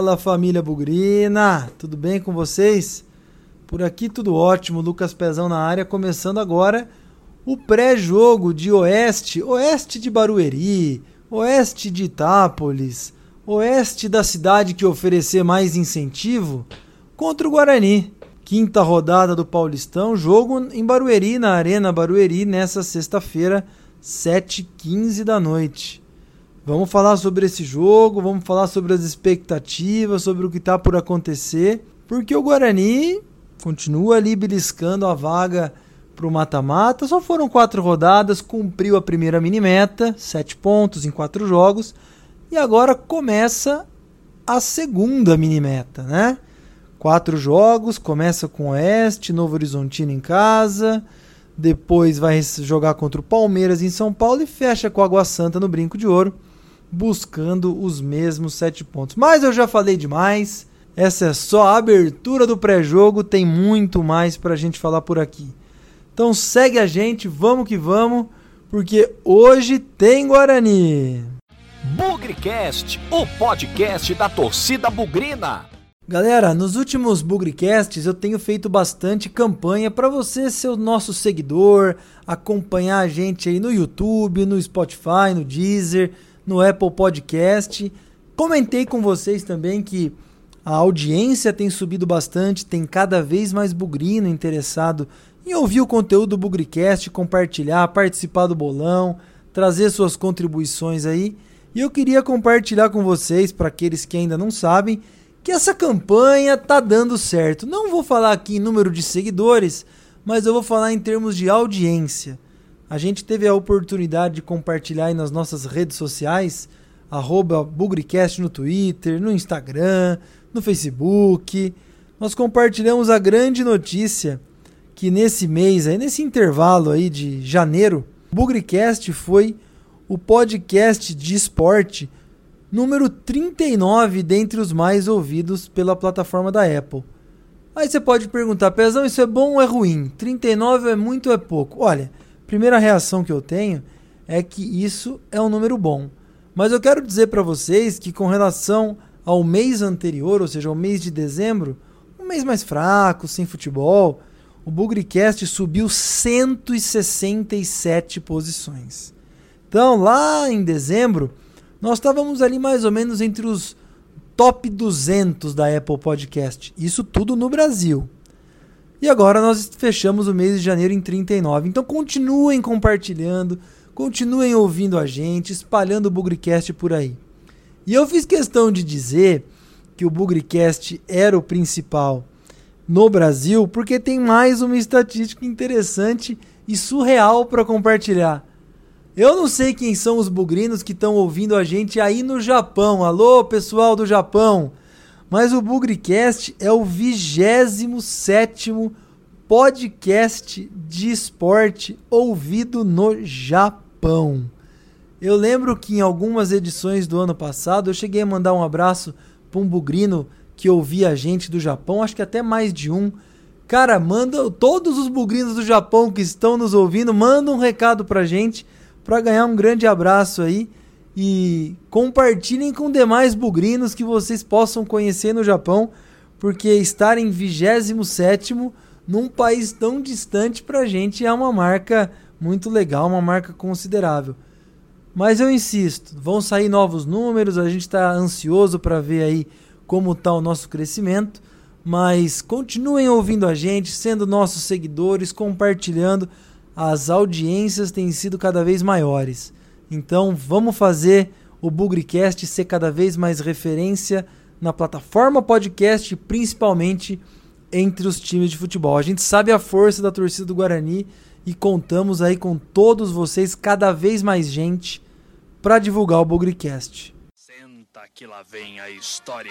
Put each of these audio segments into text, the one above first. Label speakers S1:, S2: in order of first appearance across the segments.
S1: Fala, família bugrina, tudo bem com vocês? Por aqui tudo ótimo, Lucas Pezão na área, começando agora o pré-jogo de Oeste de Barueri, Oeste de Itápolis, Oeste da cidade que oferecer mais incentivo, contra o Guarani. Quinta rodada do Paulistão, jogo em Barueri, na Arena Barueri, nessa sexta-feira, 7h15 da noite. Vamos falar sobre esse jogo, vamos falar sobre as expectativas, sobre o que está por acontecer, porque o Guarani continua ali beliscando a vaga para o mata-mata. Só foram 4 rodadas, cumpriu a primeira mini-meta, 7 pontos em 4 jogos, e agora começa a segunda mini-meta, né? 4 jogos, começa com Oeste, Novo Horizontino em casa, depois vai jogar contra o Palmeiras em São Paulo e fecha com a Água Santa no Brinco de Ouro, buscando os mesmos 7 pontos. Mas eu já falei demais, essa é só a abertura do pré-jogo, tem muito mais pra gente falar por aqui. Então segue a gente, vamos que vamos, porque hoje tem Guarani.
S2: Bugricast, o podcast da torcida bugrina.
S1: Galera, nos últimos Bugricasts eu tenho feito bastante campanha para você ser o nosso seguidor, acompanhar a gente aí no YouTube, no Spotify, no Deezer, no Apple Podcast. Comentei com vocês também que a audiência tem subido bastante, tem cada vez mais bugrino interessado em ouvir o conteúdo do Bugricast, compartilhar, participar do bolão, trazer suas contribuições aí. E eu queria compartilhar com vocês, para aqueles que ainda não sabem, que essa campanha tá dando certo. Não vou falar aqui em número de seguidores, mas eu vou falar em termos de audiência. A gente teve a oportunidade de compartilhar aí nas nossas redes sociais, @Bugricast no Twitter, no Instagram, no Facebook. Nós compartilhamos a grande notícia que nesse mês, aí, nesse intervalo aí de janeiro, o Bugricast foi o podcast de esporte número 39 dentre os mais ouvidos pela plataforma da Apple. Aí você pode perguntar, Pezão, isso é bom ou é ruim? 39 é muito ou é pouco? Olha, primeira reação que eu tenho é que isso é um número bom. Mas eu quero dizer para vocês que com relação ao mês anterior, ou seja, ao mês de dezembro, um mês mais fraco, sem futebol, o Bugricast subiu 167 posições. Então, lá em dezembro, nós estávamos ali mais ou menos entre os top 200 da Apple Podcast. Isso tudo no Brasil. E agora nós fechamos o mês de janeiro em 39. Então continuem compartilhando, continuem ouvindo a gente, espalhando o Bugricast por aí. E eu fiz questão de dizer que o Bugricast era o principal no Brasil, porque tem mais uma estatística interessante e surreal para compartilhar. Eu não sei quem são os bugrinos que estão ouvindo a gente aí no Japão. Alô, pessoal do Japão! Mas o Bugricast é o 27º podcast de esporte ouvido no Japão. Eu lembro que em algumas edições do ano passado eu cheguei a mandar um abraço para um bugrino que ouvia a gente do Japão, acho que até mais de um. Cara, manda todos os bugrinos do Japão que estão nos ouvindo, manda um recado pra gente, para ganhar um grande abraço aí, e compartilhem com demais bugrinos que vocês possam conhecer no Japão, porque estar em 27º num país tão distante pra gente é uma marca muito legal, uma marca considerável. Mas eu insisto, vão sair novos números, a gente está ansioso para ver aí como está o nosso crescimento, mas continuem ouvindo a gente, sendo nossos seguidores, compartilhando. As audiências têm sido cada vez maiores. Então vamos fazer o Bugricast ser cada vez mais referência na plataforma podcast, principalmente entre os times de futebol. A gente sabe a força da torcida do Guarani e contamos aí com todos vocês, cada vez mais gente, para divulgar o Bugricast.
S2: Senta que lá vem a história.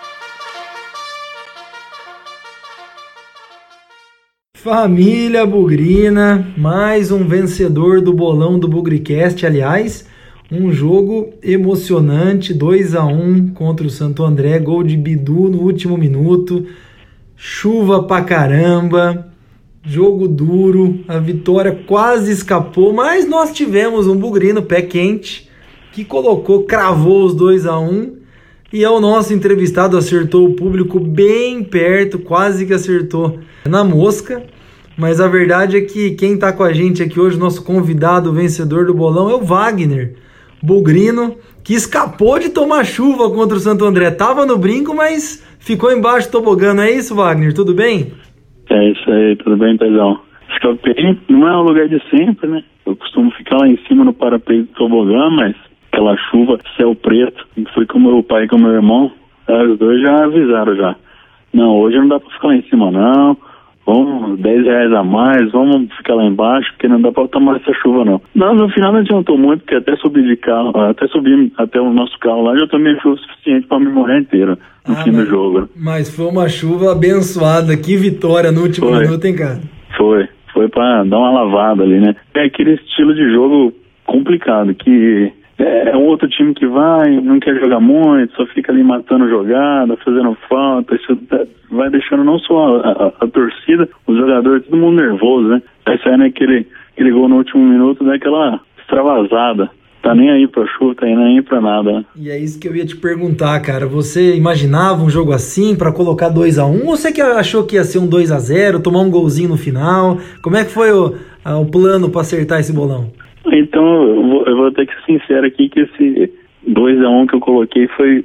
S1: Família bugrina, mais um vencedor do bolão do Bugricast. Aliás, um jogo emocionante, 2-1 contra o Santo André, gol de Bidu no último minuto, chuva pra caramba, jogo duro, a vitória quase escapou, mas nós tivemos um bugrino pé quente que cravou os 2-1, E o nosso entrevistado acertou o público bem perto, quase que acertou na mosca. Mas a verdade é que quem está com a gente aqui hoje, nosso convidado vencedor do bolão, é o Wagner Bugrino, que escapou de tomar chuva contra o Santo André. Tava no brinco, mas ficou embaixo do tobogã. Não é isso, Wagner? Tudo bem?
S3: É isso aí, tudo bem, Pedrão? Escapei, não é o lugar de sempre, né? Eu costumo ficar lá em cima no parapeito do tobogã, mas aquela chuva, céu preto, foi com meu pai e com meu irmão, os dois já avisaram já. Não, hoje não dá pra ficar lá em cima, não. Vamos, R$10 a mais, vamos ficar lá embaixo, porque não dá pra tomar essa chuva, não. Não, no final não adiantou muito, porque até subi de carro, até subir até o nosso carro lá, já tomei chuva suficiente pra me morrer inteira no fim do jogo.
S1: Mas foi uma chuva abençoada, que vitória no último minuto, hein, cara?
S3: Foi pra dar uma lavada ali, né? É aquele estilo de jogo complicado, que é um outro time que não quer jogar muito, só fica ali matando jogada, fazendo falta, isso vai deixando não só a torcida, os jogadores, todo mundo nervoso, né? Aí sai aquele gol no último minuto, dá aquela extravasada. Tá nem aí pra chuva, tá nem aí pra nada, né?
S1: E é isso que eu ia te perguntar, cara. Você imaginava um jogo assim pra colocar 2-1? Ou você que achou que ia ser um 2-0, tomar um golzinho no final? Como é que foi o plano pra acertar esse bolão?
S3: Então, eu vou ter que ser sincero aqui que esse 2-1 que eu coloquei foi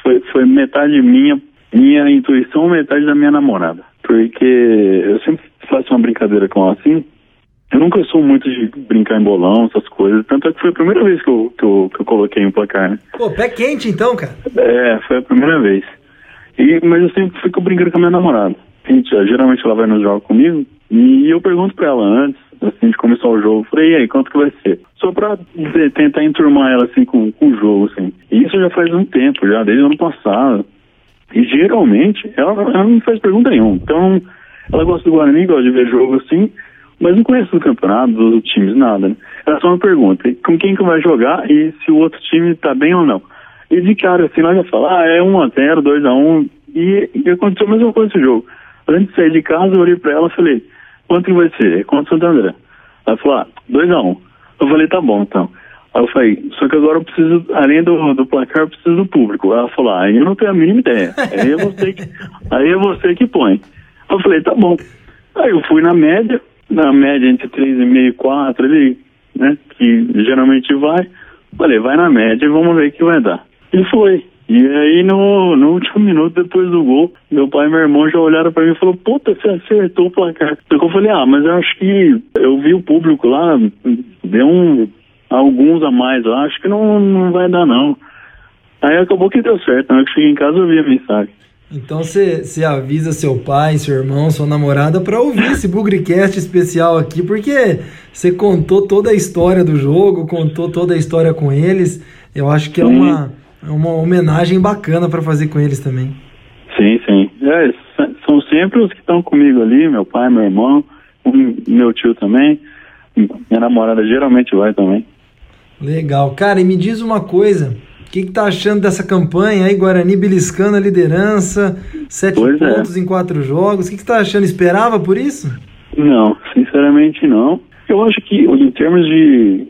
S3: metade minha intuição, metade da minha namorada. Porque eu sempre faço uma brincadeira com ela assim. Eu nunca sou muito de brincar em bolão, essas coisas. Tanto é que foi a primeira vez que eu coloquei um placar, né?
S1: Pô, pé quente então, cara.
S3: Foi a primeira vez. Mas eu sempre fico brincando com a minha namorada. Geralmente ela vai nos jogos comigo e eu pergunto pra ela antes, assim, de começar o jogo. Falei, e aí, quanto que vai ser? Só pra tentar enturmar ela, assim, com o jogo, assim. E isso já faz um tempo, já, desde o ano passado. E geralmente, ela não me faz pergunta nenhuma. Então, ela gosta do Guarani, gosta de ver jogo, assim, mas não conhece do campeonato, dos times, nada, né? Ela só me pergunta com quem que vai jogar e se o outro time tá bem ou não. E de cara, assim, ela já fala, é 1-0, 2-1, e aconteceu a mesma coisa nesse jogo. Antes de sair de casa, eu olhei pra ela e falei, quanto que vai ser? Contra o Santo André. Ela falou, 2-1. Eu falei, tá bom, então. Aí eu falei, só que agora eu preciso, além do placar, eu preciso do público. Ela falou, aí eu não tenho a mínima ideia. Aí é você que põe. Eu falei, tá bom. Aí eu fui na média entre 3,5 e 4 ali, né, que geralmente vai. Falei, vai na média e vamos ver o que vai dar. E foi. E aí no último minuto, depois do gol, meu pai e meu irmão já olharam pra mim e falaram, puta, você acertou o placar. Eu falei, mas eu acho que eu vi o público lá, deu alguns a mais lá, acho que não vai dar não. Aí acabou que deu certo, na hora que cheguei em casa eu vi a mensagem.
S1: Então você avisa seu pai, seu irmão, sua namorada pra ouvir esse Bugricast especial aqui, porque você contou toda a história do jogo, contou toda a história com eles. Eu acho que é uma homenagem bacana pra fazer com eles também.
S3: Sim. São sempre os que estão comigo ali, meu pai, meu irmão, meu tio também. Minha namorada geralmente vai também.
S1: Legal. Cara, e me diz uma coisa... O que tá achando dessa campanha aí, Guarani beliscando a liderança, 7 pontos em 4 jogos, o que tá achando? Esperava por isso?
S3: Não, sinceramente não. Eu acho que em termos de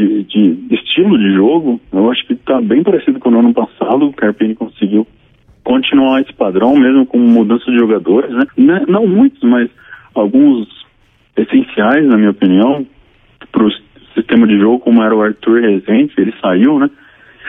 S3: estilo de jogo, eu acho que tá bem parecido com o ano passado. O Carpini conseguiu continuar esse padrão, mesmo com mudança de jogadores, né? Não muitos, mas alguns essenciais, na minha opinião, para o sistema de jogo, como era o Arthur Rezende, ele saiu, né?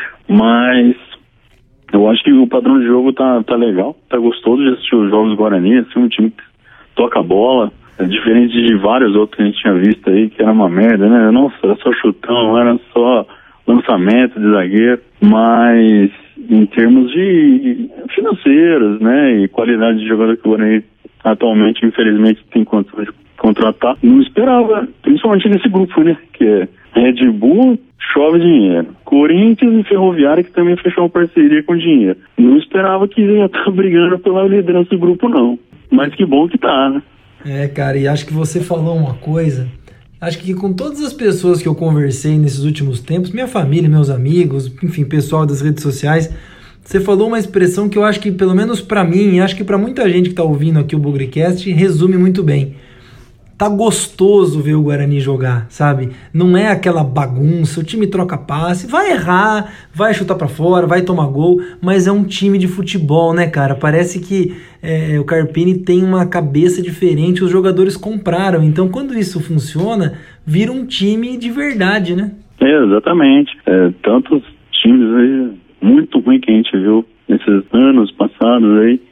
S3: Mas eu acho que o padrão de jogo tá legal, tá gostoso de assistir os jogos do Guarani, assim, um time que toca a bola, diferente de vários outros que a gente tinha visto aí, que era uma merda, né? Nossa, era só chutão, era só lançamento de zagueiro, mas em termos de financeiros, né, e qualidade de jogador que o Guarani atualmente, infelizmente, tem condições de contratar, não esperava, principalmente nesse grupo, né, que é Red Bull, chove dinheiro. Corinthians e Ferroviária, que também fechou uma parceria com dinheiro. Não esperava que ia estar brigando pela liderança do grupo, não. Mas que bom que tá, né?
S1: Cara, e acho que você falou uma coisa. Acho que com todas as pessoas que eu conversei nesses últimos tempos, minha família, meus amigos, enfim, pessoal das redes sociais, você falou uma expressão que eu acho que, pelo menos pra mim, e acho que pra muita gente que tá ouvindo aqui o Bugricast, resume muito bem. tá gostoso ver o Guarani jogar, sabe? Não é aquela bagunça, o time troca passe, vai errar, vai chutar pra fora, vai tomar gol, mas é um time de futebol, né, cara? Parece que o Carpini tem uma cabeça diferente, os jogadores compraram, então quando isso funciona, vira um time de verdade, né?
S3: Exatamente. Tantos times aí muito ruins que a gente viu nesses anos passados aí.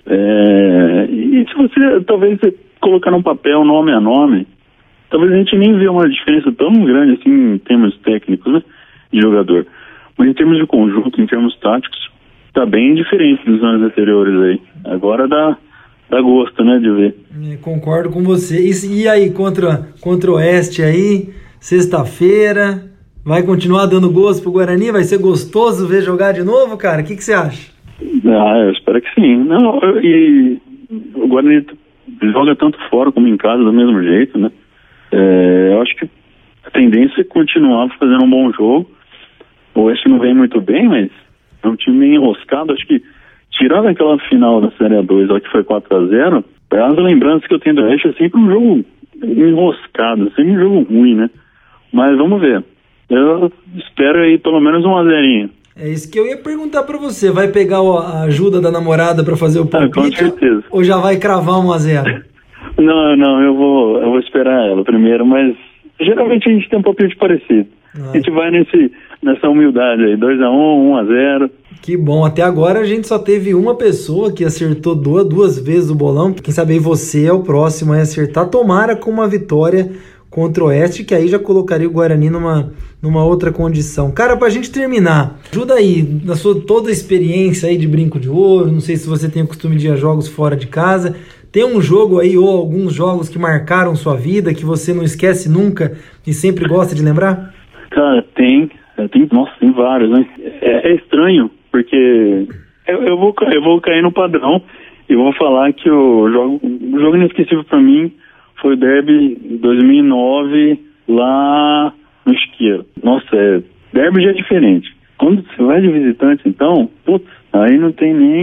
S3: E se você, talvez, colocar no papel nome a nome, talvez a gente nem vê uma diferença tão grande assim em termos técnicos, né, de jogador. Mas em termos de conjunto, em termos táticos, tá bem diferente dos anos anteriores aí. Agora dá gosto, né, de ver.
S1: Concordo com você. E aí, contra o Oeste aí, sexta-feira, vai continuar dando gosto pro Guarani? Vai ser gostoso ver jogar de novo, cara? O que você acha?
S3: Eu espero que sim. Não, e o Guarani joga tanto fora como em casa do mesmo jeito, né? Eu acho que a tendência é continuar fazendo um bom jogo. O Oeste não vem muito bem, mas é um time meio enroscado. Acho que, tirando aquela final da Série A2, ó, que foi 4-0, as lembranças que eu tenho do Oeste é sempre um jogo enroscado, sempre um jogo ruim, né? Mas vamos ver. Eu espero aí pelo menos 1-0.
S1: É isso que eu ia perguntar pra você. Vai pegar a ajuda da namorada pra fazer o palpite?
S3: Com certeza.
S1: Ou já vai cravar 1-0?
S3: Não, eu vou esperar ela primeiro, mas geralmente a gente tem um palpite parecido. A gente vai nessa humildade aí, 2-1, 1-0.
S1: Que bom, até agora a gente só teve uma pessoa que acertou duas vezes o bolão. Quem sabe aí você é o próximo a acertar. Tomara com uma vitória contra o Oeste, que aí já colocaria o Guarani numa outra condição. Cara, pra gente terminar, ajuda aí, na sua toda a experiência aí de Brinco de Ouro, não sei se você tem o costume de ir a jogos fora de casa, tem um jogo aí ou alguns jogos que marcaram sua vida, que você não esquece nunca e sempre gosta de lembrar?
S3: Cara, tem vários, né? É estranho, porque eu vou cair no padrão e vou falar que o jogo inesquecível pra mim foi o Derby 2009 lá no Chiqueiro. Nossa, Derby já é diferente. Quando você vai de visitante, então, aí não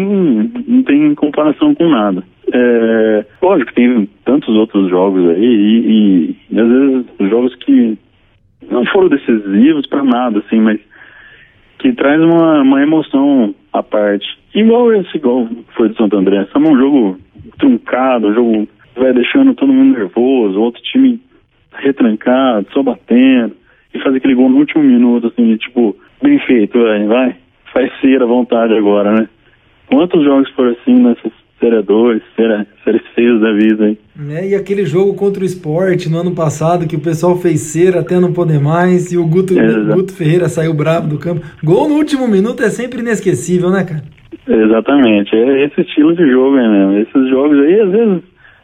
S3: tem comparação com nada. Lógico, tem tantos outros jogos aí e às vezes jogos que não foram decisivos para nada, assim, mas que traz uma emoção à parte. Igual foi do Santo André. Sabe, um jogo truncado, um jogo vai deixando todo mundo nervoso, outro time retrancado, só batendo, e faz aquele gol no último minuto, assim, tipo, bem feito, vai, faz cera à vontade agora, né? Quantos jogos foram assim nessas Série 2, Série 6 da vida, hein?
S1: E aquele jogo contra o Sport no ano passado, que o pessoal fez cera até não poder mais, e o Guto Ferreira saiu bravo do campo. Gol no último minuto é sempre inesquecível, né, cara?
S3: Exatamente, é esse estilo de jogo aí mesmo. Esses jogos aí, às vezes,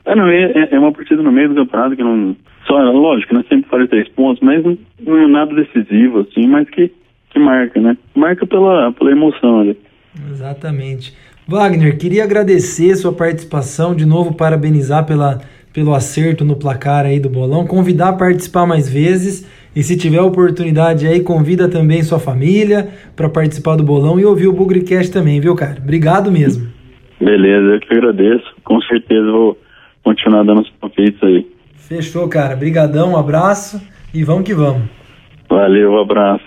S3: é uma partida no meio do campeonato que não... Lógico, não é sempre faz 3 pontos, mas não é nada decisivo, assim, mas que marca, né? Marca pela emoção ali.
S1: Exatamente. Wagner, queria agradecer sua participação, de novo parabenizar pelo acerto no placar aí do bolão, convidar a participar mais vezes e se tiver oportunidade aí, convida também sua família para participar do bolão e ouvir o Bugricast também, viu, cara? Obrigado mesmo.
S3: Beleza, eu que agradeço, com certeza vou continuar dando os palpites aí.
S1: Fechou, cara. Brigadão, um abraço e vamos que vamos.
S3: Valeu, um abraço.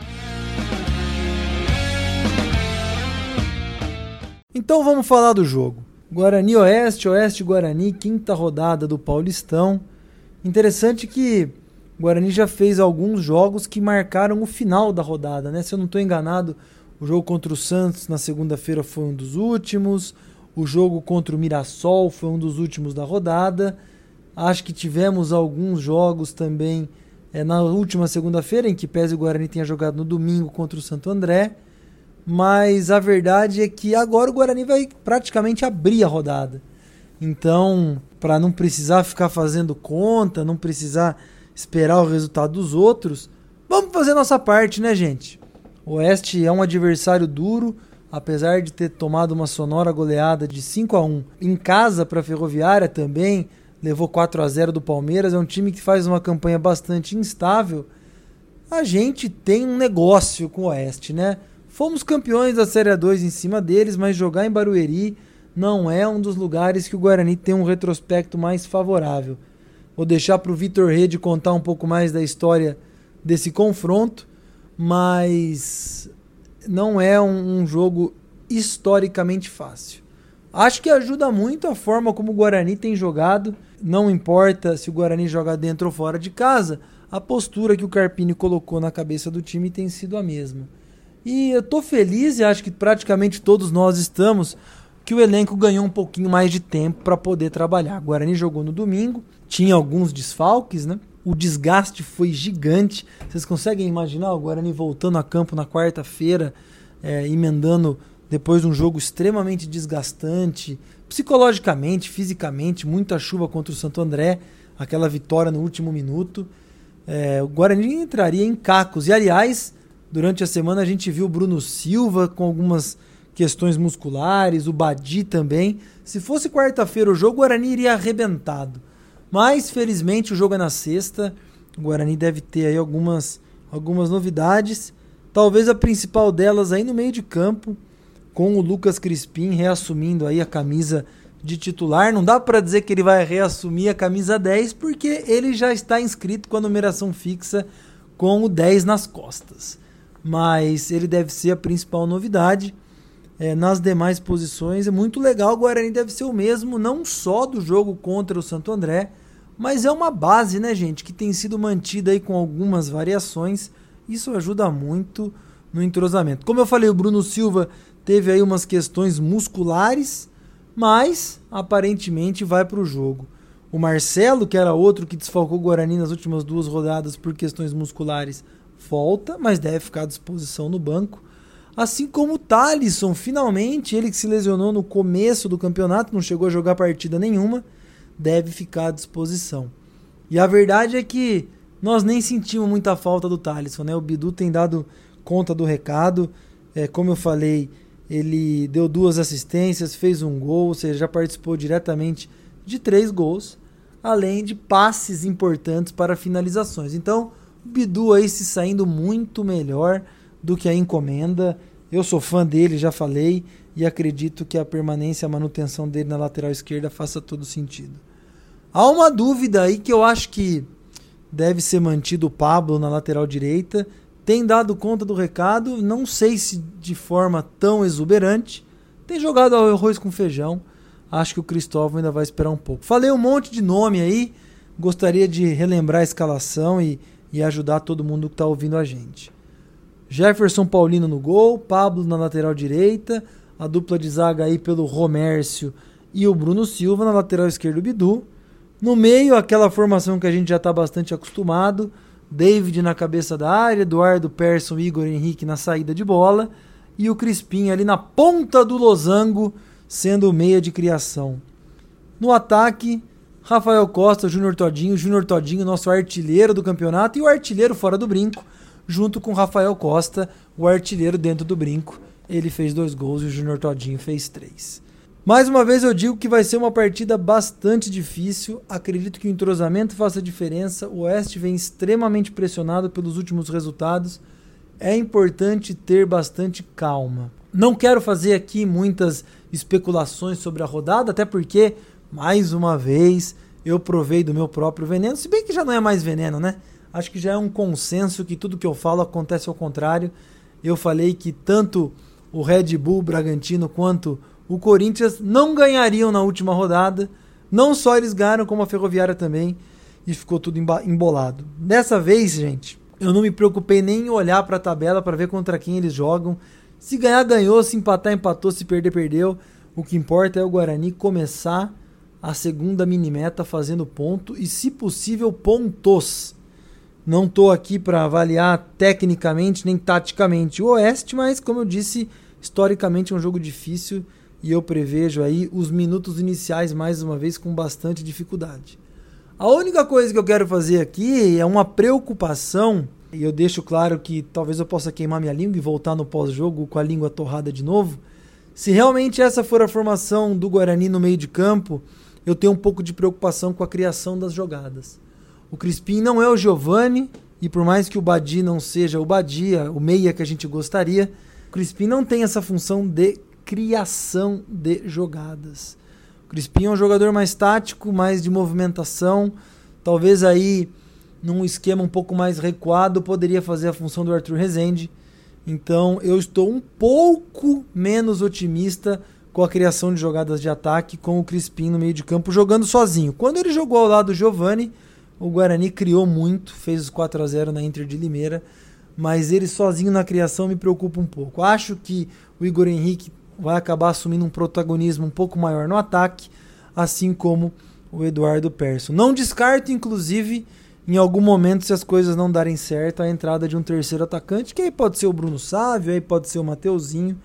S1: Então vamos falar do jogo. Guarani Oeste, Oeste Guarani, 5ª rodada do Paulistão. Interessante que o Guarani já fez alguns jogos que marcaram o final da rodada, né? Se eu não estou enganado, o jogo contra o Santos na segunda-feira foi um dos últimos. O jogo contra o Mirassol foi um dos últimos da rodada. Acho que tivemos alguns jogos também na última segunda-feira, em que pese o Guarani tenha jogado no domingo contra o Santo André. Mas a verdade é que agora o Guarani vai praticamente abrir a rodada. Então, para não precisar ficar fazendo conta, não precisar esperar o resultado dos outros, vamos fazer nossa parte, né, gente? O Oeste é um adversário duro, apesar de ter tomado uma sonora goleada de 5-1 em casa para a Ferroviária também, levou 4-0 do Palmeiras, é um time que faz uma campanha bastante instável. A gente tem um negócio com o Oeste, né? Fomos campeões da Série A2 em cima deles, mas jogar em Barueri não é um dos lugares que o Guarani tem um retrospecto mais favorável. Vou deixar para o Vitor Rede contar um pouco mais da história desse confronto, mas não é um jogo historicamente fácil. Acho que ajuda muito a forma como o Guarani tem jogado. Não importa se o Guarani joga dentro ou fora de casa, a postura que o Carpini colocou na cabeça do time tem sido a mesma. E eu tô feliz, e acho que praticamente todos nós estamos, que o elenco ganhou um pouquinho mais de tempo para poder trabalhar. O Guarani jogou no domingo, tinha alguns desfalques, né? O desgaste foi gigante. Vocês conseguem imaginar o Guarani voltando a campo na quarta-feira, emendando depois de um jogo extremamente desgastante, psicologicamente, fisicamente, muita chuva contra o Santo André, aquela vitória no último minuto. O Guarani entraria em cacos. E, aliás, durante a semana a gente viu o Bruno Silva com algumas questões musculares, o Badi também. Se fosse quarta-feira o jogo, o Guarani iria arrebentado. Mas, felizmente, o jogo é na sexta. O Guarani deve ter aí algumas novidades. Talvez a principal delas aí no meio de campo, com o Lucas Crispim reassumindo aí a camisa de titular. Não dá para dizer que ele vai reassumir a camisa 10, porque ele já está inscrito com a numeração fixa com o 10 nas costas. Mas ele deve ser a principal novidade. Nas demais posições é muito legal. O Guarani deve ser o mesmo, não só do jogo contra o Santo André, mas é uma base, né, gente, que tem sido mantida aí com algumas variações. Isso ajuda muito no entrosamento. Como eu falei, o Bruno Silva teve aí umas questões musculares, mas aparentemente vai para o jogo. O Marcelo, que era outro que desfalcou o Guarani nas últimas 2 rodadas por questões musculares, volta, mas deve ficar à disposição no banco. Assim como o Thalisson, finalmente, ele que se lesionou no começo do campeonato, não chegou a jogar partida nenhuma, deve ficar à disposição. E a verdade é que nós nem sentimos muita falta do Thalisson, né? O Bidu tem dado conta do recado. Como eu falei, ele deu 2 assistências, fez um gol, ou seja, já participou diretamente de 3 gols, além de passes importantes para finalizações. Então, o Bidu aí se saindo muito melhor do que a encomenda. Eu sou fã dele, já falei, e acredito que a permanência, a manutenção dele na lateral esquerda faça todo sentido. Há uma dúvida aí que eu acho que deve ser mantido o Pablo na lateral direita. Tem dado conta do recado, não sei se de forma tão exuberante. Tem jogado arroz com feijão. Acho que o Cristóvão ainda vai esperar um pouco. Falei um monte de nome aí, gostaria de relembrar a escalação e ajudar todo mundo que está ouvindo a gente. Jefferson Paulino no gol, Pablo na lateral direita, a dupla de zaga aí pelo Romércio e o Bruno Silva, na lateral esquerda o Bidu. No meio, aquela formação que a gente já está bastante acostumado, David na cabeça da área, Eduardo, Persson, Igor Henrique na saída de bola e o Crispim ali na ponta do losango, sendo o meia de criação. No ataque, Rafael Costa, Júnior Todinho, nosso artilheiro do campeonato e o artilheiro fora do brinco, junto com Rafael Costa, o artilheiro dentro do brinco. Ele fez 2 gols e o Júnior Todinho fez 3. Mais uma vez eu digo que vai ser uma partida bastante difícil. Acredito que o entrosamento faça diferença. O Oeste vem extremamente pressionado pelos últimos resultados. É importante ter bastante calma. Não quero fazer aqui muitas especulações sobre a rodada, até porque, mais uma vez, eu provei do meu próprio veneno. Se bem que já não é mais veneno, né? Acho que já é um consenso que tudo que eu falo acontece ao contrário. Eu falei que tanto o Red Bull Bragantino quanto o Corinthians não ganhariam na última rodada. Não só eles ganharam, como a Ferroviária também. E ficou tudo embolado. Dessa vez, gente, eu não me preocupei nem em olhar para a tabela para ver contra quem eles jogam. Se ganhar, ganhou. Se empatar, empatou. Se perder, perdeu. O que importa é o Guarani começar a segunda minimeta fazendo ponto e, se possível, pontos. Não estou aqui para avaliar tecnicamente nem taticamente o Oeste, mas, como eu disse, historicamente é um jogo difícil e eu prevejo aí os minutos iniciais, mais uma vez, com bastante dificuldade. A única coisa que eu quero fazer aqui é uma preocupação, e eu deixo claro que talvez eu possa queimar minha língua e voltar no pós-jogo com a língua torrada de novo. Se realmente essa for a formação do Guarani no meio de campo, eu tenho um pouco de preocupação com a criação das jogadas. O Crispim não é o Giovani, e por mais que o Badi não seja o Badi, o meia que a gente gostaria, o Crispim não tem essa função de criação de jogadas. O Crispim é um jogador mais tático, mais de movimentação, Talvez aí, num esquema um pouco mais recuado, poderia fazer a função do Arthur Rezende. Então eu estou um pouco menos otimista com a criação de jogadas de ataque com o Crispim no meio de campo jogando sozinho. Quando ele jogou ao lado do Giovani, o Guarani criou muito, fez os 4-0 na Inter de Limeira, mas ele sozinho na criação me preocupa um pouco. Acho que o Igor Henrique vai acabar assumindo um protagonismo um pouco maior no ataque, assim como o Eduardo Persson. Não descarto, inclusive, em algum momento, se as coisas não darem certo, a entrada de um terceiro atacante, que aí pode ser o Bruno Sávio, aí pode ser o Mateuzinho,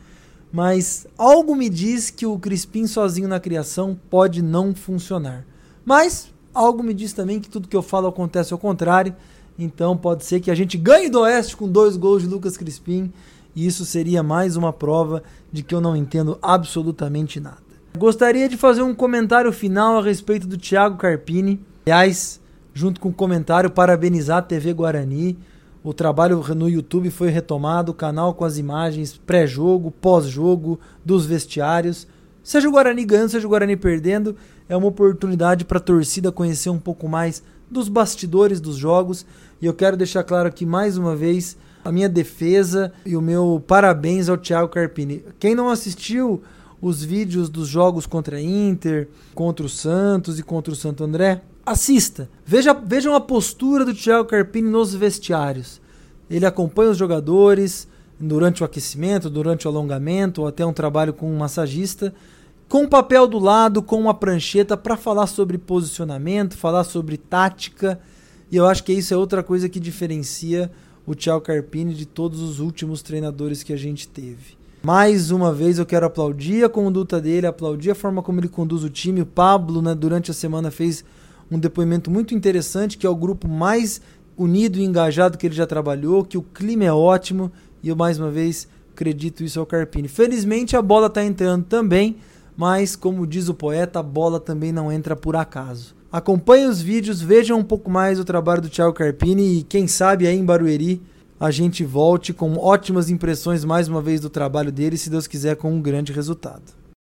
S1: mas algo me diz que o Crispim sozinho na criação pode não funcionar. Mas algo me diz também que tudo que eu falo acontece ao contrário, então pode ser que a gente ganhe do Oeste com 2 gols de Lucas Crispim, e isso seria mais uma prova de que eu não entendo absolutamente nada. Gostaria de fazer um comentário final a respeito do Thiago Carpini. Aliás, junto com o comentário, parabenizar a TV Guarani. O trabalho no YouTube foi retomado, o canal com as imagens pré-jogo, pós-jogo, dos vestiários. Seja o Guarani ganhando, seja o Guarani perdendo, é uma oportunidade para a torcida conhecer um pouco mais dos bastidores dos jogos. E eu quero deixar claro aqui mais uma vez a minha defesa e o meu parabéns ao Thiago Carpini. Quem não assistiu os vídeos dos jogos contra a Inter, contra o Santos e contra o Santo André, assista. Vejam a postura do Thiago Carpini nos vestiários. Ele acompanha os jogadores durante o aquecimento, durante o alongamento, ou até um trabalho com um massagista, com o papel do lado, com uma prancheta para falar sobre posicionamento, falar sobre tática. E eu acho que isso é outra coisa que diferencia o Thiago Carpini de todos os últimos treinadores que a gente teve. Mais uma vez eu quero aplaudir a conduta dele, aplaudir a forma como ele conduz o time. O Pablo, né, durante a semana fez um depoimento muito interessante, que é o grupo mais unido e engajado que ele já trabalhou, que o clima é ótimo, e eu mais uma vez acredito isso ao Carpini. Felizmente a bola está entrando também, mas como diz o poeta, a bola também não entra por acaso. Acompanhem os vídeos, vejam um pouco mais o trabalho do Thiago Carpini e quem sabe aí em Barueri a gente volte com ótimas impressões mais uma vez do trabalho dele, se Deus quiser com um grande resultado.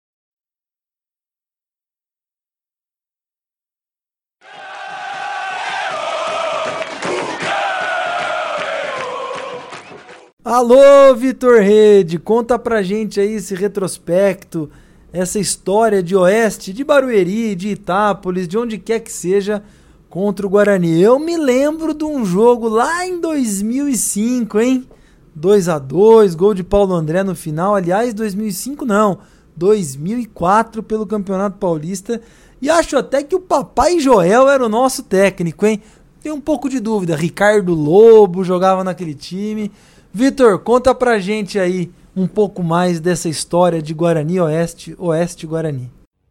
S1: Alô, Vitor Rede, conta pra gente aí esse retrospecto, essa história de Oeste, de Barueri, de Itápolis, de onde quer que seja, contra o Guarani. Eu me lembro de um jogo lá em 2005, hein? 2-2, gol de Paulo André no final. Aliás, 2005 não, 2004 pelo Campeonato Paulista. E acho até que o Papai Joel era o nosso técnico, hein? Tenho um pouco de dúvida. Ricardo Lobo jogava naquele time. Vitor, conta pra gente aí um pouco mais dessa história de Guarani Oeste, Oeste Guarani.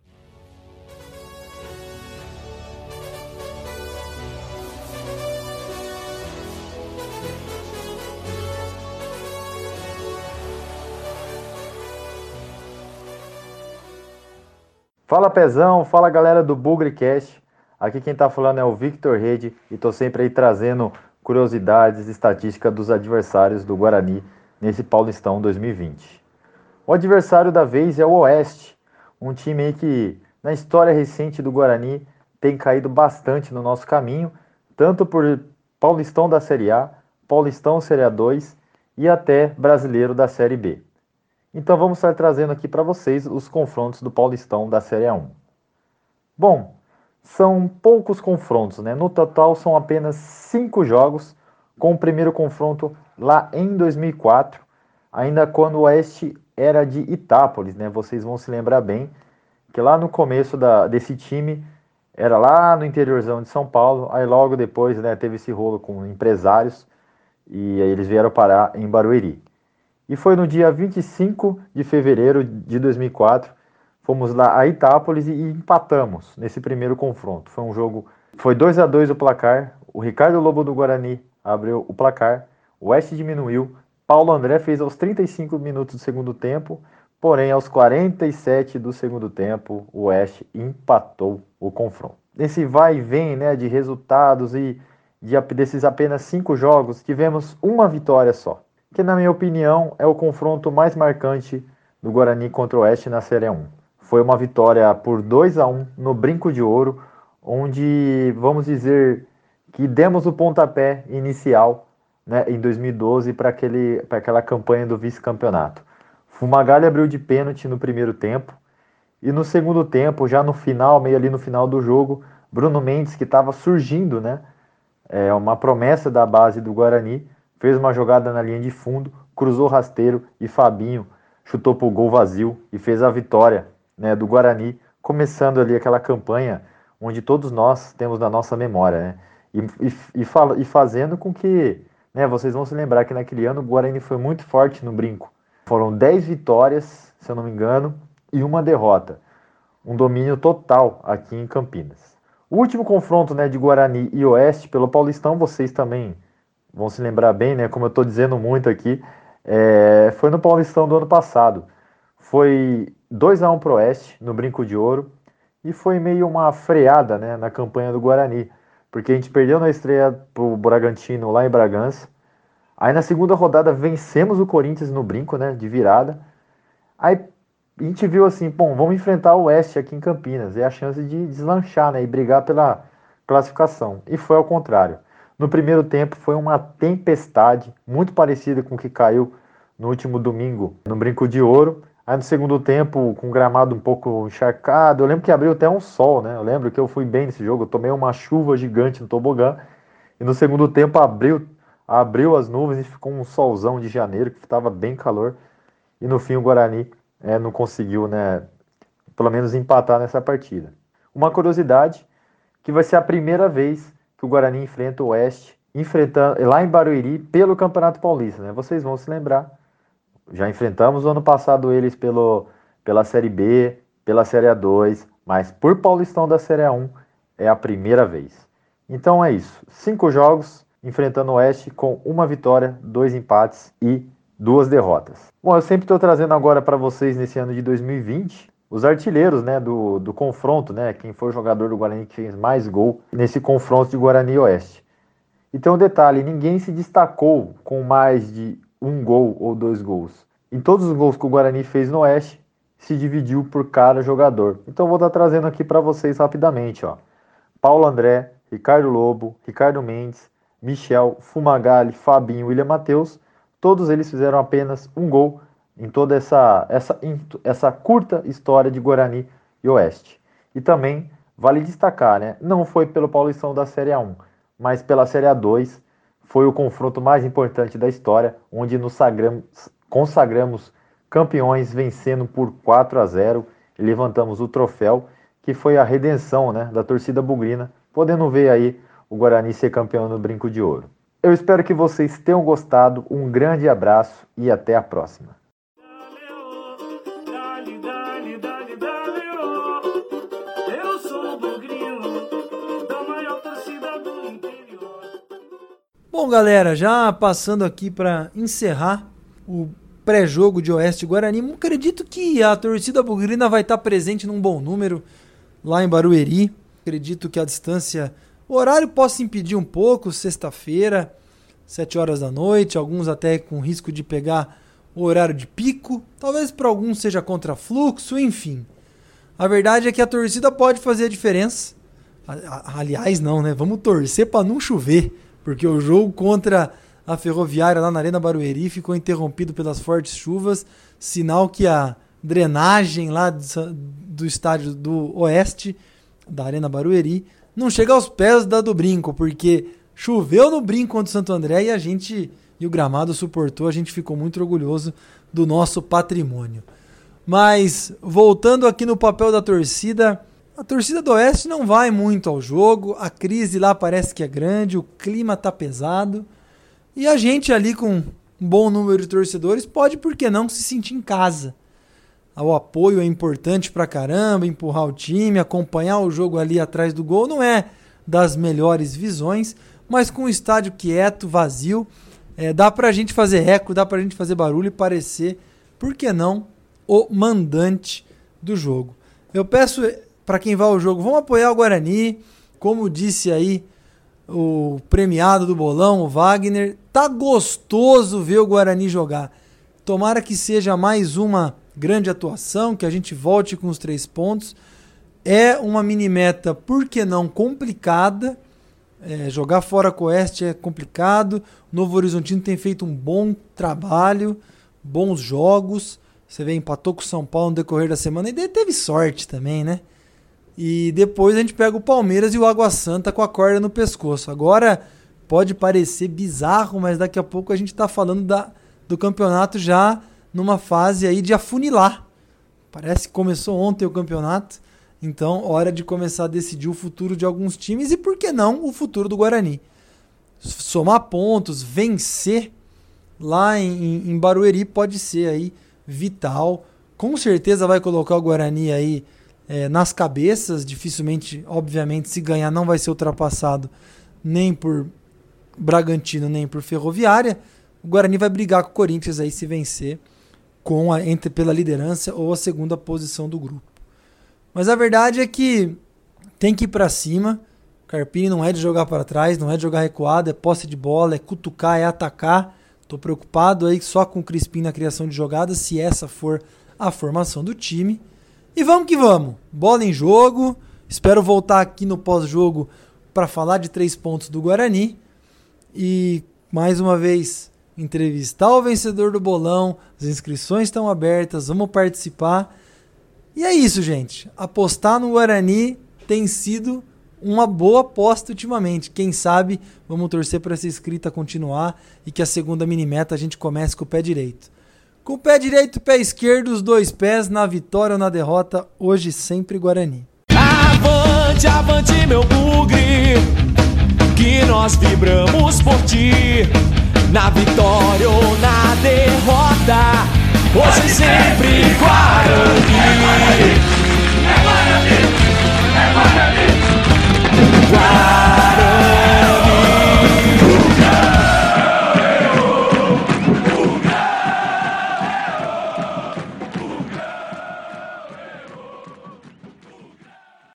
S4: Fala Pezão, fala galera do BugriCast, aqui quem tá falando é o Victor Rede e tô sempre aí trazendo curiosidades e estatísticas dos adversários do Guarani nesse Paulistão 2020. O adversário da vez é o Oeste, um time aí que na história recente do Guarani tem caído bastante no nosso caminho, tanto por Paulistão da Série A, Paulistão Série A2 e até Brasileiro da Série B. Então vamos estar trazendo aqui para vocês os confrontos do Paulistão da Série A1. Bom, são poucos confrontos, né? No total são apenas 5 jogos, com o primeiro confronto lá em 2004, ainda quando o Oeste era de Itápolis, né? Vocês vão se lembrar bem que lá no começo desse time era lá no interiorzão de São Paulo, aí logo depois, né, teve esse rolo com empresários e aí eles vieram parar em Barueri. E foi no dia 25 de fevereiro de 2004, fomos lá a Itápolis e empatamos nesse primeiro confronto. Foi um jogo, foi 2-2 o placar, o Ricardo Lobo do Guarani abriu o placar, o Oeste diminuiu, Paulo André fez aos 35 minutos do segundo tempo, porém aos 47 do segundo tempo o Oeste empatou o confronto. Nesse vai e vem, né, de resultados e desses apenas 5 jogos, tivemos uma vitória só, que na minha opinião é o confronto mais marcante do Guarani contra o Oeste na Série 1. Foi uma vitória por 2-1 no Brinco de Ouro, onde, vamos dizer, que demos o pontapé inicial, né, em 2012 para aquela campanha do vice-campeonato. Fumagalli abriu de pênalti no primeiro tempo, e no segundo tempo, já no final, meio ali no final do jogo, Bruno Mendes, que estava surgindo, né, uma promessa da base do Guarani, fez uma jogada na linha de fundo, cruzou rasteiro e Fabinho chutou para o gol vazio e fez a vitória, né, do Guarani, começando ali aquela campanha onde todos nós temos na nossa memória, né, e fazendo com que, né, vocês vão se lembrar que naquele ano o Guarani foi muito forte no Brinco. Foram 10 vitórias, se eu não me engano, e uma derrota. Um domínio total aqui em Campinas. O último confronto, né, de Guarani e Oeste pelo Paulistão, vocês também vão se lembrar bem, né, como eu estou dizendo muito aqui, foi no Paulistão do ano passado. Foi 2-1 para o Oeste, no Brinco de Ouro, e foi meio uma freada, né, na campanha do Guarani, porque a gente perdeu na estreia para o Bragantino lá em Bragança. Aí na segunda rodada vencemos o Corinthians no Brinco, né, de virada. Aí a gente viu assim, bom, vamos enfrentar o Oeste aqui em Campinas, é a chance de deslanchar, né, e brigar pela classificação. E foi ao contrário. No primeiro tempo foi uma tempestade, muito parecida com o que caiu no último domingo no Brinco de Ouro. Aí no segundo tempo, com o gramado um pouco encharcado, eu lembro que abriu até um sol, né? Eu lembro que eu fui bem nesse jogo, eu tomei uma chuva gigante no tobogã, e no segundo tempo abriu as nuvens e ficou um solzão de janeiro, que estava bem calor, e no fim o Guarani não conseguiu, né, pelo menos empatar nessa partida. Uma curiosidade, que vai ser a primeira vez que o Guarani enfrenta o Oeste, enfrentando lá em Barueri pelo Campeonato Paulista, né? Vocês vão se lembrar. Já enfrentamos o ano passado eles pela Série B, pela Série A2, mas por Paulistão da Série A1 é a primeira vez. Então é isso. 5 jogos enfrentando o Oeste com 1 vitória, 2 empates e 2 derrotas. Bom, eu sempre estou trazendo agora para vocês nesse ano de 2020 os artilheiros, né, do confronto, né, quem foi o jogador do Guarani que fez mais gol nesse confronto de Guarani e Oeste. Então, detalhe, ninguém se destacou com mais de 1 gol ou 2 gols. Em todos os gols que o Guarani fez no Oeste, se dividiu por cada jogador. Então, vou estar trazendo aqui para vocês rapidamente, ó. Paulo André, Ricardo Lobo, Ricardo Mendes, Michel, Fumagalli, Fabinho, William Matheus, todos eles fizeram apenas 1 gol em toda essa curta história de Guarani e Oeste. E também vale destacar, né? Não foi pelo Paulistão da Série A1, mas pela Série A2, foi o confronto mais importante da história, onde nos consagramos campeões vencendo por 4-0 e levantamos o troféu, que foi a redenção, né, da torcida bugrina, podendo ver aí o Guarani ser campeão no Brinco de Ouro. Eu espero que vocês tenham gostado, um grande abraço e até a próxima.
S1: Bom, galera, já passando aqui para encerrar o pré-jogo de Oeste Guarani, acredito que a torcida bugrina vai estar presente num bom número lá em Barueri. Acredito que a distância, o horário possa impedir um pouco, sexta-feira, 7 horas da noite, alguns até com risco de pegar o horário de pico, talvez para alguns seja contrafluxo, enfim. A verdade é que a torcida pode fazer a diferença. Aliás, não, né? Vamos torcer para não chover, porque o jogo contra a Ferroviária lá na Arena Barueri ficou interrompido pelas fortes chuvas, sinal que a drenagem lá do estádio do Oeste, da Arena Barueri, não chega aos pés da do Brinco, porque choveu no Brinco contra o Santo André e o gramado suportou, a gente ficou muito orgulhoso do nosso patrimônio. Mas, voltando aqui no papel da torcida, a torcida do Oeste não vai muito ao jogo, a crise lá parece que é grande, o clima tá pesado, e a gente ali com um bom número de torcedores pode, por que não, se sentir em casa. O apoio é importante pra caramba, empurrar o time, acompanhar o jogo ali atrás do gol não é das melhores visões, mas com o estádio quieto, vazio, dá pra gente fazer eco, dá pra gente fazer barulho e parecer, por que não, o mandante do jogo. Eu peço para quem vai ao jogo, vamos apoiar o Guarani, como disse aí o premiado do bolão, o Wagner, tá gostoso ver o Guarani jogar. Tomara que seja mais uma grande atuação, que a gente volte com os 3 pontos. É uma mini-meta, por que não, complicada. Jogar fora com o Oeste é complicado. O Novo Horizontino tem feito um bom trabalho, bons jogos. Você vê, empatou com o São Paulo no decorrer da semana e teve sorte também, né? E depois a gente pega o Palmeiras e o Água Santa com a corda no pescoço. Agora pode parecer bizarro, mas daqui a pouco a gente está falando do campeonato já numa fase aí de afunilar. Parece que começou ontem o campeonato. Então, hora de começar a decidir o futuro de alguns times e, por que não, o futuro do Guarani. Somar pontos, vencer lá em Barueri pode ser aí vital. Com certeza vai colocar o Guarani aí nas cabeças. Dificilmente, obviamente, se ganhar não vai ser ultrapassado nem por Bragantino, nem por Ferroviária. O Guarani vai brigar com o Corinthians aí se vencer pela liderança ou a segunda posição do grupo. Mas a verdade é que tem que ir pra cima. Carpini não é de jogar para trás, não é de jogar recuado, é posse de bola, é cutucar, é atacar. Tô preocupado aí só com o Crispim na criação de jogadas, se essa for a formação do time. E vamos que vamos. Bola em jogo. Espero voltar aqui no pós-jogo para falar de 3 pontos do Guarani. E mais uma vez entrevistar o vencedor do bolão. As inscrições estão abertas, vamos participar. E é isso, gente. Apostar no Guarani tem sido uma boa aposta ultimamente. Quem sabe vamos torcer para essa escrita continuar e que a segunda mini-meta a gente comece com o pé direito. Com o pé direito e pé esquerdo, os 2 pés, na vitória ou na derrota, hoje sempre Guarani.
S2: Avante, avante meu bugre, que nós vibramos por ti. Na vitória ou na derrota, hoje sempre Guarani. É Guarani!